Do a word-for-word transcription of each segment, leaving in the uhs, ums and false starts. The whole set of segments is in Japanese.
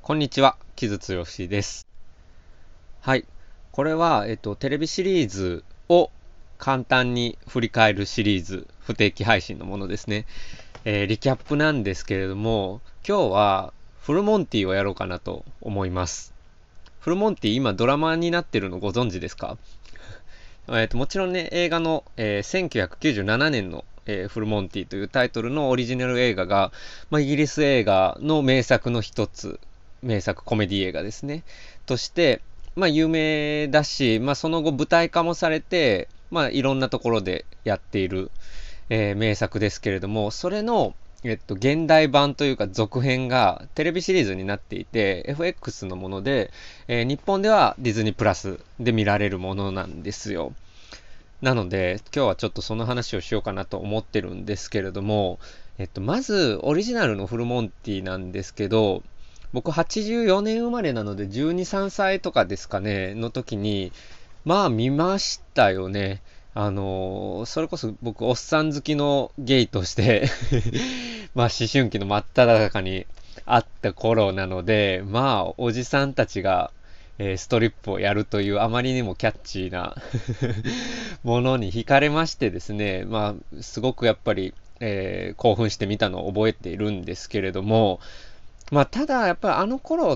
こんにちは、木津剛です。はい。これは、えっと、テレビシリーズを簡単に振り返るシリーズ、不定期配信のものですね。えーリキャップなんですけれども、今日はフルモンティをやろうかなと思います。フルモンティ今ドラマになってるのご存知ですか？えっと、もちろんね、映画の、えーせんきゅうひゃくきゅうじゅうななねんの、えーフルモンティというタイトルのオリジナル映画が、まあ、イギリス映画の名作の一つ、名作コメディ映画ですね。として、まあ、有名だし、まあ、その後舞台化もされて、まあ、いろんなところでやっている、えー名作ですけれども、それの、えっと、現代版というか続編がテレビシリーズになっていて、エフエックス のもので、えー日本ではディズニープラスで見られるものなんですよ。なので、今日はちょっとその話をしようかなと思ってるんですけれども、えっと、まず、オリジナルのフルモンティなんですけど、僕はちじゅうよねん生まれなのでじゅうに、さんさいとかですかね、の時に、まあ見ましたよね。あのーそれこそ僕、おっさん好きのゲイとしてまあ思春期の真っ只中にあった頃なので、まあおじさんたちが、えーストリップをやるというあまりにもキャッチーなものに惹かれましてですね、まあすごくやっぱり、えー興奮してみたのを覚えているんですけれども、まあ、ただ、やっぱりあの頃って、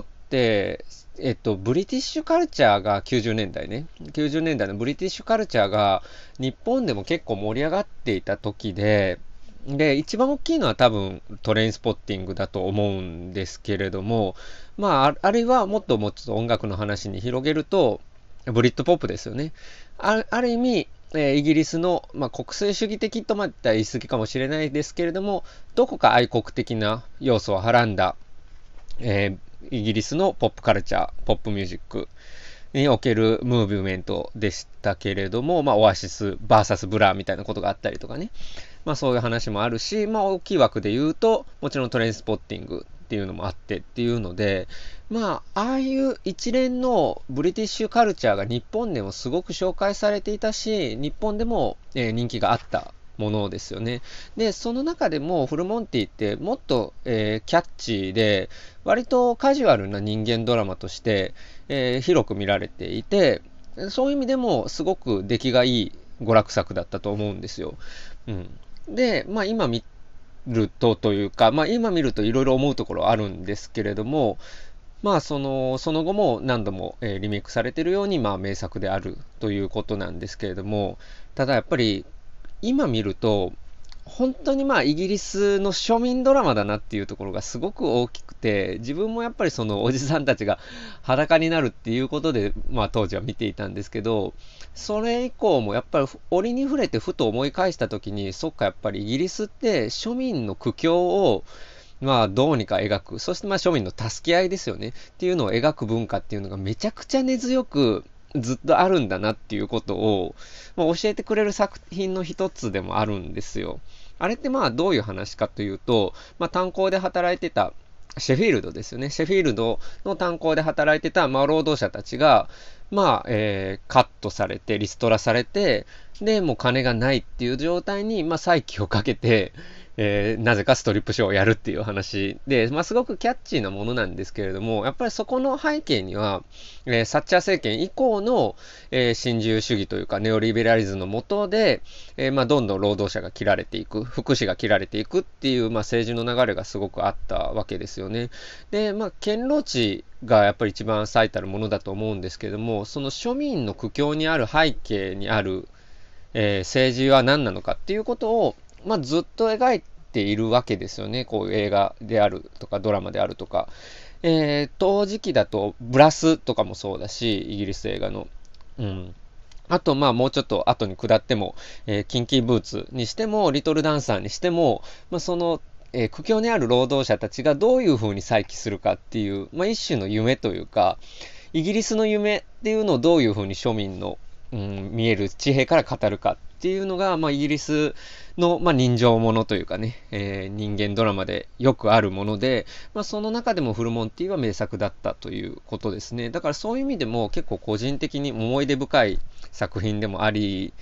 えっと、ブリティッシュカルチャーがきゅうじゅうねんだいね。きゅうじゅうねんだいのブリティッシュカルチャーが日本でも結構盛り上がっていた時で、で、一番大きいのは多分トレインスポッティングだと思うんですけれども、まあ、ああるいはもっともうちょっと音楽の話に広げると、ブリッドポップですよね。あある意味、えーイギリスの、まあ、国勢主義的とまったら言い過ぎかもしれないですけれども、どこか愛国的な要素をはらんだえーイギリスのポップカルチャー、ポップミュージックにおけるムーブメントでしたけれども、まあ、オアシス ブイエス ブラーみたいなことがあったりとかね。まあ、そういう話もあるし、まあ、大きい枠で言うと、もちろんトレインスポッティングっていうのもあってっていうので、まあ、ああいう一連のブリティッシュカルチャーが日本でもすごく紹介されていたし、日本でも、えー人気があったものですよね。で、その中でもフルモンティってもっと、えーキャッチーで、割とカジュアルな人間ドラマとして、えー広く見られていて、そういう意味でもすごく出来がいい娯楽作だったと思うんですよ。うん。で、まあ今見るとというか、まあ今見るといろいろ思うところあるんですけれども、まあその、その後も何度も、えーリメイクされているように、まあ名作であるということなんですけれども、ただやっぱり今見ると、本当にまあイギリスの庶民ドラマだなっていうところがすごく大きくて、自分もやっぱりそのおじさんたちが裸になるっていうことで、まあ当時は見ていたんですけど、それ以降もやっぱり折に触れてふと思い返した時に、そっかやっぱりイギリスって庶民の苦境をまあどうにか描く、そしてまあ庶民の助け合いですよねっていうのを描く文化っていうのがめちゃくちゃ根強くずっとあるんだなっていうことを、まあ、教えてくれる作品の一つでもあるんですよ。あれってまあどういう話かというと、まあ炭鉱で働いてたシェフィールドですよね。シェフィールドの炭鉱で働いてた、まあ、労働者たちが、まあ、えーカットされて、リストラされて、で、もう金がないっていう状態に、まあ、再起をかけて、えーなぜかストリップショーをやるっていう話で、まあ、すごくキャッチーなものなんですけれども、やっぱりそこの背景には、えーサッチャー政権以降の、えー新自由主義というかネオリベラリズムの下で、えーまあ、どんどん労働者が切られていく、福祉が切られていくっていう、まあ、政治の流れがすごくあったわけですよね。で、まあ、堅牢地がやっぱり一番最たるものだと思うんですけれども、その庶民の苦境にある背景にある、えー政治は何なのかっていうことを、まあ、ずっと描いているわけですよね。こういう映画であるとか、ドラマであるとか。えー、当時期だと、ブラスとかもそうだし、イギリス映画の。うん。あと、まあ、もうちょっと後に下っても、えーキンキーブーツにしても、リトルダンサーにしても、まあ、その、えー苦境にある労働者たちがどういう風に再起するかっていう、まあ、一種の夢というか、イギリスの夢っていうのをどういう風に庶民の、うん、見える地平から語るかっていうのが、まあ、イギリスの、まあ、人情ものというかね、えー人間ドラマでよくあるもので、まあ、その中でもフルモンティは名作だったということですね。だからそういう意味でも結構個人的に思い出深い作品でもあり、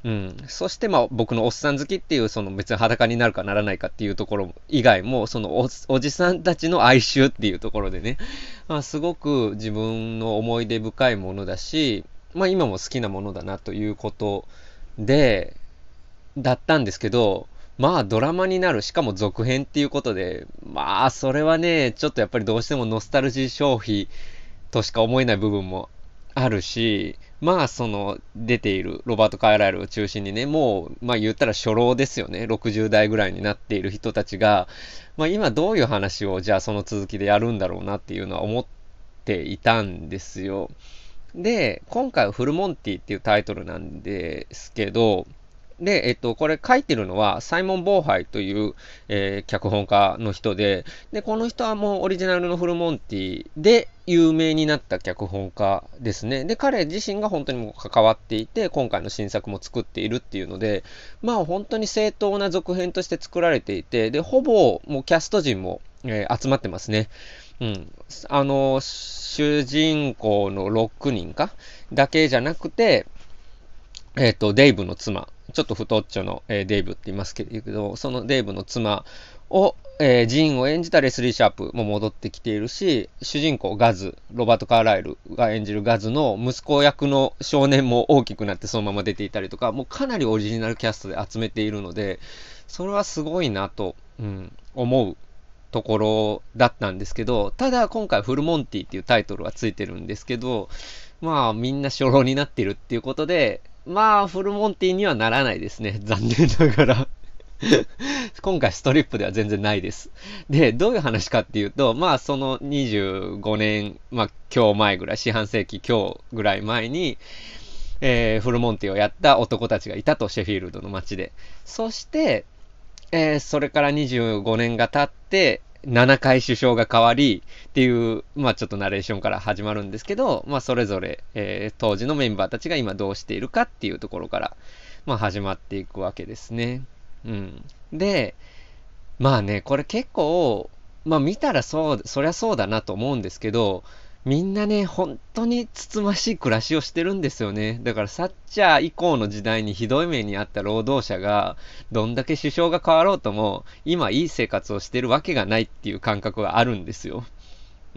うん。そして、まあ、僕のおっさん好きっていう、その別に裸になるかならないかっていうところ以外も、そのお、おじさんたちの哀愁っていうところでね、まあ、すごく自分の思い出深いものだし、まあ、今も好きなものだなということで、だったんですけど、まあドラマになる、しかも続編っていうことで、まあそれはね、ちょっとやっぱりどうしてもノスタルジー消費としか思えない部分もあるし、まあその出ているロバート・カーライルを中心にね、もうまあ言ったら初老ですよね。ろくじゅう代ぐらいになっている人たちが、まあ今どういう話をじゃあその続きでやるんだろうなっていうのは思っていたんですよ。で、今回はフルモンティっていうタイトルなんですけど、で、えっと、これ書いてるのは、サイモン・ボーハイという、えー脚本家の人で、で、この人はもうオリジナルのフルモンティで有名になった脚本家ですね。で、彼自身が本当にもう関わっていて、今回の新作も作っているっていうので、まあ本当に正当な続編として作られていて、で、ほぼもうキャスト陣も、えー集まってますね。うん。あの、主人公のろくにんかだけじゃなくて、えっと、デイブの妻、ちょっと太っちょの、えーデイブって言いますけど、そのデイブの妻を、えージーンを演じたレスリー・シャープも戻ってきているし、主人公ガズ、ロバート・カーライルが演じるガズの息子役の少年も大きくなってそのまま出ていたりとか、もうかなりオリジナルキャストで集めているので、それはすごいなと、うん、思うところだったんですけど、ただ今回フルモンティっていうタイトルはついてるんですけど、まあみんな初老になってるっていうことで、まあフルモンティにはならないですね。残念ながら今回ストリップでは全然ないです。で、どういう話かっていうと、まあそのにじゅうごねん、まあ今日前ぐらい、四半世紀今日ぐらい前に、えーフルモンティをやった男たちがいたと、シェフィールドの街で。そして、えーそれからにじゅうごねんが経って、ななかい首相が変わりっていう、まあちょっとナレーションから始まるんですけど、まあそれぞれ、えー当時のメンバーたちが今どうしているかっていうところから、まあ始まっていくわけですね。うん。で、まあね、これ結構、まあ見たらそう、そりゃそうだなと思うんですけど、みんなね、本当につつましい暮らしをしてるんですよね。だからサッチャー以降の時代にひどい目にあった労働者が、どんだけ首相が変わろうとも、今いい生活をしてるわけがないっていう感覚があるんですよ。うん。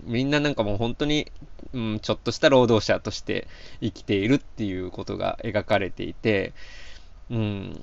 みんななんかもう本当に、うん、ちょっとした労働者として生きているっていうことが描かれていて、うん。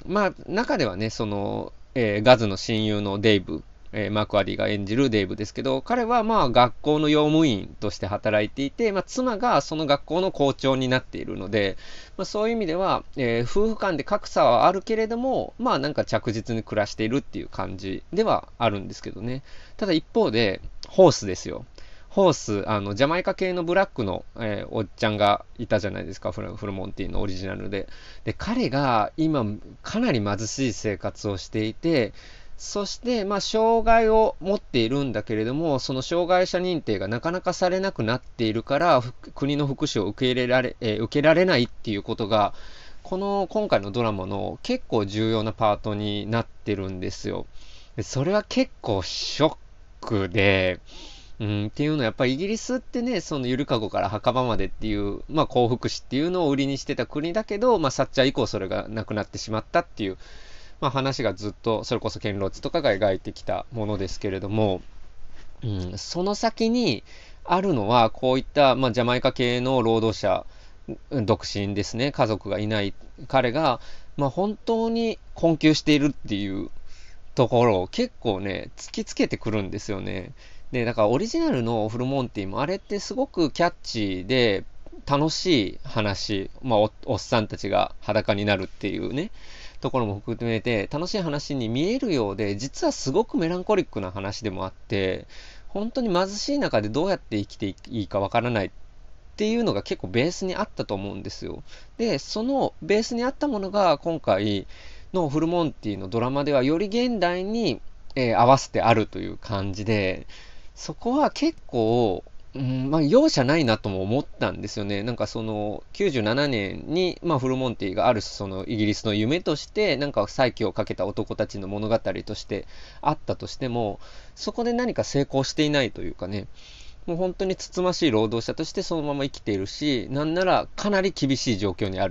まあ、中ではね、その、えーガズの親友のデイブ、えーマーク・アリーが演じるデイブですけど、彼はまあ学校の用務員として働いていて、まあ妻がその学校の校長になっているので、まあそういう意味では、えー夫婦間で格差はあるけれども、まあなんか着実に暮らしているっていう感じではあるんですけどね。ただ一方で、ホースですよ。ホース、あの、ジャマイカ系のブラックの、えーおっちゃんがいたじゃないですか、フルフルモンティのオリジナルで。で、彼が今、かなり貧しい生活をしていて、そして、まあ、障害を持っているんだけれども、その障害者認定がなかなかされなくなっているから、ふ国の福祉を受け入れられ、えー受けられないっていうことが、この今回のドラマの結構重要なパートになってるんですよ。でそれは結構ショックで、うん、っていうのはやっぱりイギリスってね、そのゆるかごから墓場までっていう、まあ幸福史っていうのを売りにしてた国だけど、まあサッチャー以降それがなくなってしまったっていう、まあ話がずっと、それこそケンロッツとかが描いてきたものですけれども、うん、その先にあるのはこういった、まあジャマイカ系の労働者、独身ですね、家族がいない彼が、まあ本当に困窮しているっていうところを結構ね、突きつけてくるんですよね。で、だからオリジナルのフルモンティもあれってすごくキャッチーで楽しい話、まあお、おっさんたちが裸になるっていうね、ところも含めて楽しい話に見えるようで、実はすごくメランコリックな話でもあって、本当に貧しい中でどうやって生きていいかわからないっていうのが結構ベースにあったと思うんですよ。で、そのベースにあったものが今回のフルモンティのドラマではより現代に、えー合わせてあるという感じで、そこは結構、うん、まあ容赦ないなとも思ったんですよね。なんかそのきゅうじゅうななねんに、まあ、フルモンティがある種そのイギリスの夢としてなんか再起をかけた男たちの物語としてあったとしても、そこで何か成功していないというかね、もう本当につつましい労働者としてそのまま生きているし、なんならかなり厳しい状況にあるっ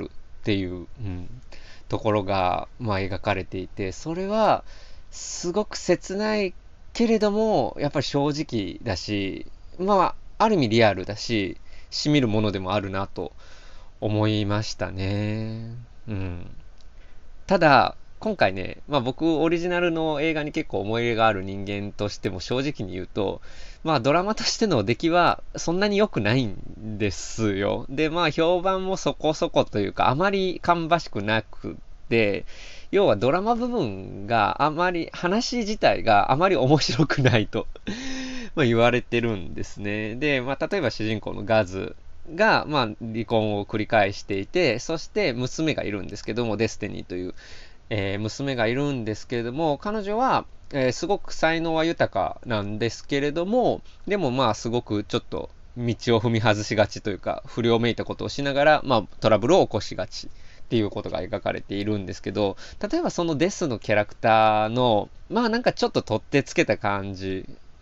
っていう、うん、ところが、まあ、描かれていて、それはすごく切ないけれどもやっぱり正直だし、まあある意味リアルだし、しみるものでもあるなと思いましたね。うん。ただ、今回ね、まあ僕オリジナルの映画に結構思い入れがある人間としても正直に言うと、まあドラマとしての出来はそんなに良くないんですよ。で、まあ評判もそこそこというか、あまり芳しくなくて、要はドラマ部分があまり、話自体があまり面白くないとまあ言われてるんですね。で、まあ例えば主人公のガズが、まあ、離婚を繰り返していて、そして娘がいるんですけども、デスティニーという、えー娘がいるんですけれども、彼女は、えーすごく才能は豊かなんですけれども、でもまあすごくちょっと道を踏み外しがちというか、不良めいたことをしながら、まあトラブルを起こしがちっていうことが描かれているんですけど、例えばそのデスのキャラクターの、まあなんかちょっと取ってつけた感じ、うん、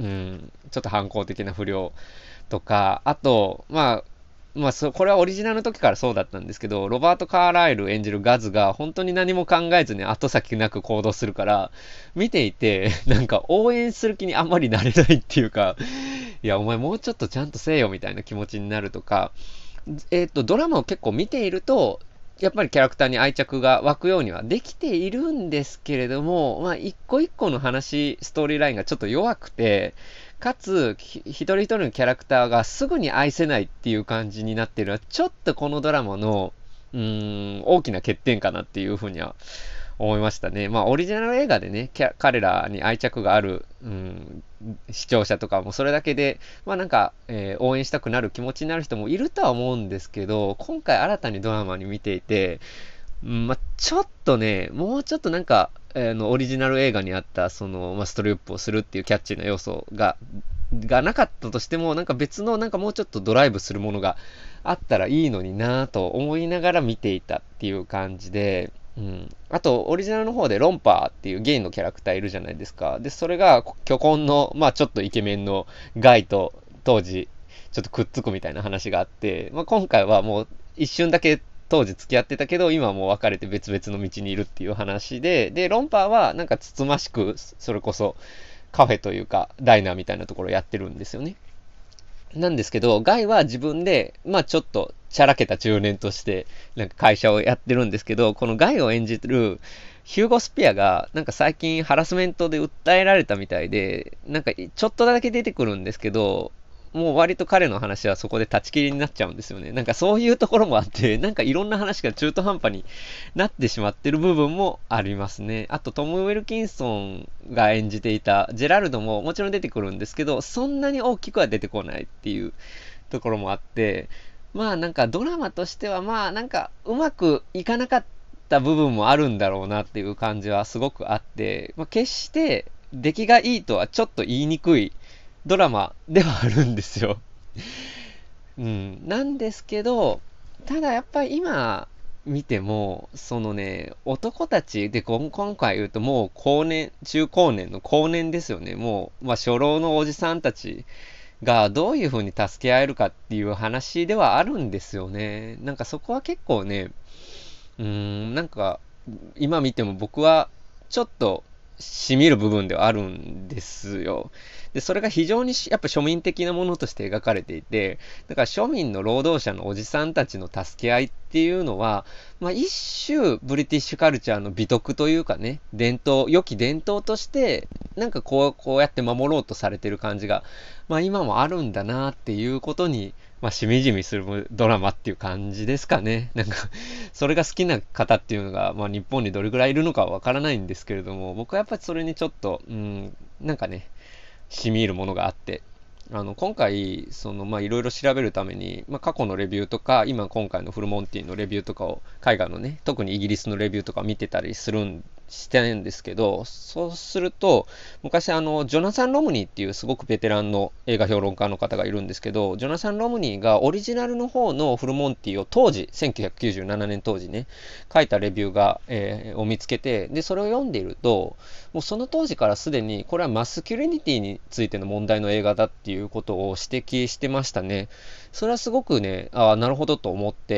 ちょっと反抗的な不良とか、あと、まあ、まあそ、これはオリジナルの時からそうだったんですけど、ロバート・カーライル演じるガズが本当に何も考えずに後先なく行動するから、見ていて、なんか応援する気にあんまりなれないっていうか、いや、お前もうちょっとちゃんとせえよみたいな気持ちになるとか、えっと、ドラマを結構見ていると、やっぱりキャラクターに愛着が湧くようにはできているんですけれども、まあ、一個一個の話、ストーリーラインがちょっと弱くて、かつ、ひ一人一人のキャラクターがすぐに愛せないっていう感じになっているのは、ちょっとこのドラマの、うーん、大きな欠点かなっていうふうには思いましたね。まあ、オリジナル映画でね、キャ彼らに愛着がある、うん、視聴者とかもそれだけで、まあなんか、えー応援したくなる気持ちになる人もいるとは思うんですけど、今回新たにドラマに見ていて、うん、まあ、ちょっとね、もうちょっとなんか、あの、オリジナル映画にあった、その、まあ、ストリップをするっていうキャッチーな要素が、がなかったとしても、なんか別の、なんかもうちょっとドライブするものがあったらいいのになぁと思いながら見ていたっていう感じで、うん。あと、オリジナルの方でロンパーっていうゲイのキャラクターいるじゃないですか。で、それが虚婚の、まあちょっとイケメンのガイと当時、ちょっとくっつくみたいな話があって、まあ今回はもう一瞬だけ当時付き合ってたけど、今はもう別れて別々の道にいるっていう話で、で、ロンパーはなんかつつましく、それこそカフェというか、ダイナーみたいなところやってるんですよね。なんですけど、ガイは自分で、まあちょっと、チャラけた中年として、なんか会社をやってるんですけど、このガイを演じるヒューゴ・スピアが、なんか最近ハラスメントで訴えられたみたいで、なんかちょっとだけ出てくるんですけど、もう割と彼の話はそこで立ち切りになっちゃうんですよね。なんかそういうところもあって、なんかいろんな話が中途半端になってしまってる部分もありますね。あとトム・ウィルキンソンが演じていたジェラルドももちろん出てくるんですけど、そんなに大きくは出てこないっていうところもあって、まあなんかドラマとしてはまあなんかうまくいかなかった部分もあるんだろうなっていう感じはすごくあって、まあ、決して出来がいいとはちょっと言いにくいドラマではあるんですよ。うん。なんですけど、ただやっぱり今見ても、そのね、男たちで、こん今回言うともう高年、中高年の高年ですよね。もう、まあ初老のおじさんたちがどういう風に助け合えるかっていう話ではあるんですよね。なんかそこは結構ね、うーん、なんか今見ても僕はちょっと染みる部分ではあるんですよ。で、それが非常にやっぱ庶民的なものとして描かれていて、だから庶民の労働者のおじさんたちの助け合いっていうのは、まあ一種ブリティッシュカルチャーの美徳というかね、伝統、良き伝統として、なんかこう、こうやって守ろうとされてる感じが、まあ今もあるんだなっていうことに、まあしみじみするドラマっていう感じですかね。なんかそれが好きな方っていうのが、まあ日本にどれぐらいいるのかはわからないんですけれども、僕はやっぱりそれにちょっと、うん、なんかね、染み入るものがあって、あの、今回、その、まあ、いろいろ調べるために、まあ、過去のレビューとか、今今回のフルモンティのレビューとかを、海外のね、特にイギリスのレビューとか見てたりするん、してるんですけど、そうすると、昔あの、ジョナサン・ロムニーっていうすごくベテランの映画評論家の方がいるんですけど、ジョナサン・ロムニーがオリジナルの方のフルモンティを当時、せんきゅうひゃくきゅうじゅうななねん当時ね、書いたレビューが、えーを見つけて、で、それを読んでいると、もうその当時からすでに、これはマスキュリニティについての問題の映画だっていうことを指摘してましたね。それはすごくね、ああ、なるほどと思って、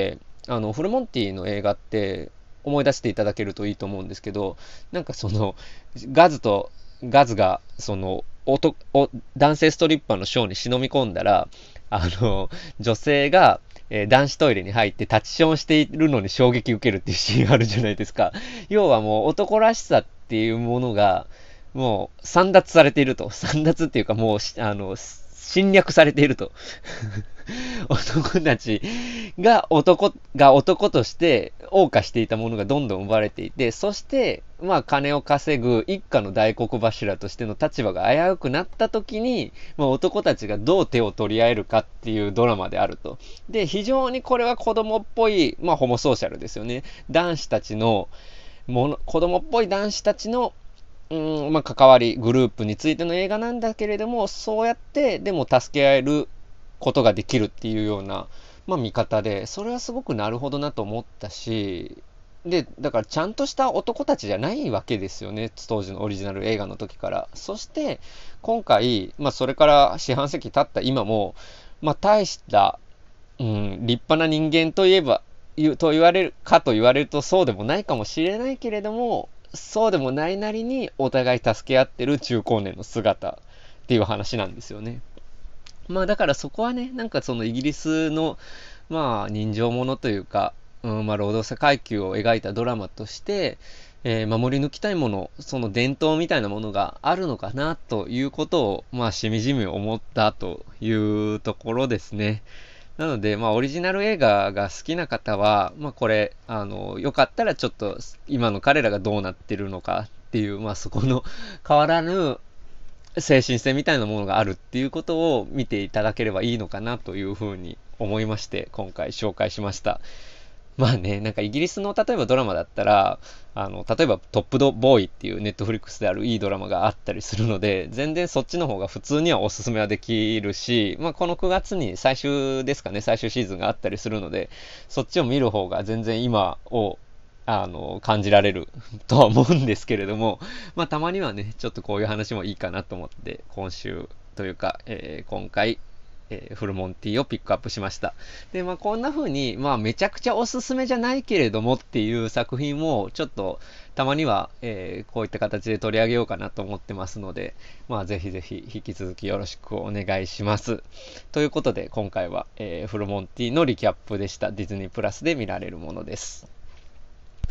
あの、フルモンティの映画って思い出していただけるといいと思うんですけど、なんかその、ガズと、ガズが、その、おとお男性ストリッパーのショーに忍び込んだら、あの、女性が、えー男子トイレに入って立ちションしているのに衝撃受けるっていうシーンがあるじゃないですか。要はもう男らしさっていうものが、もう散奪されていると。散奪っていうかもうし、あの、侵略されていると。男たちが男が男として謳歌していたものがどんどん奪われていて、そして、まあ金を稼ぐ一家の大黒柱としての立場が危うくなった時に、まあ男たちがどう手を取り合えるかっていうドラマであると。で、非常にこれは子供っぽい、まあホモソーシャルですよね。男子たちの、もの、子供っぽい男子たちのうーん、まあ、関わり、グループについての映画なんだけれども、そうやって、でも助け合えることができるっていうような、まあ、見方で、それはすごくなるほどなと思ったし、で、だからちゃんとした男たちじゃないわけですよね、当時のオリジナル映画の時から。そして、今回、まあ、それから四半世紀経った今も、まあ、大した、うん、立派な人間といえば、言うと言われるかと言われるとそうでもないかもしれないけれども、そうでもないなりにお互い助け合ってる中高年の姿っていう話なんですよね。まあだからそこはね、なんかそのイギリスの、まあ人情ものというか、うん、まあ労働者階級を描いたドラマとして、えー守り抜きたいもの、その伝統みたいなものがあるのかなということを、まあしみじみ思ったというところですね。なので、まあ、オリジナル映画が好きな方は、まあ、これ、あの、よかったらちょっと、今の彼らがどうなってるのかっていう、まあ、そこの変わらぬ精神性みたいなものがあるっていうことを見ていただければいいのかなというふうに思いまして、今回紹介しました。まあね、なんかイギリスの例えばドラマだったら、あの、例えばトップドボーイっていうネットフリックスであるいいドラマがあったりするので、全然そっちの方が普通にはおすすめはできるし、まあこのくがつに最終ですかね、最終シーズンがあったりするので、そっちを見る方が全然今を、あの、感じられるとは思うんですけれども、まあたまにはね、ちょっとこういう話もいいかなと思って、今週というか、えー今回、えーフルモンティをピックアップしました。で、まあこんな風に、まあめちゃくちゃおすすめじゃないけれどもっていう作品もちょっとたまには、えーこういった形で取り上げようかなと思ってますので、まあぜひぜひ引き続きよろしくお願いします。ということで今回は、えーフルモンティのリキャップでした。ディズニープラスで見られるものです。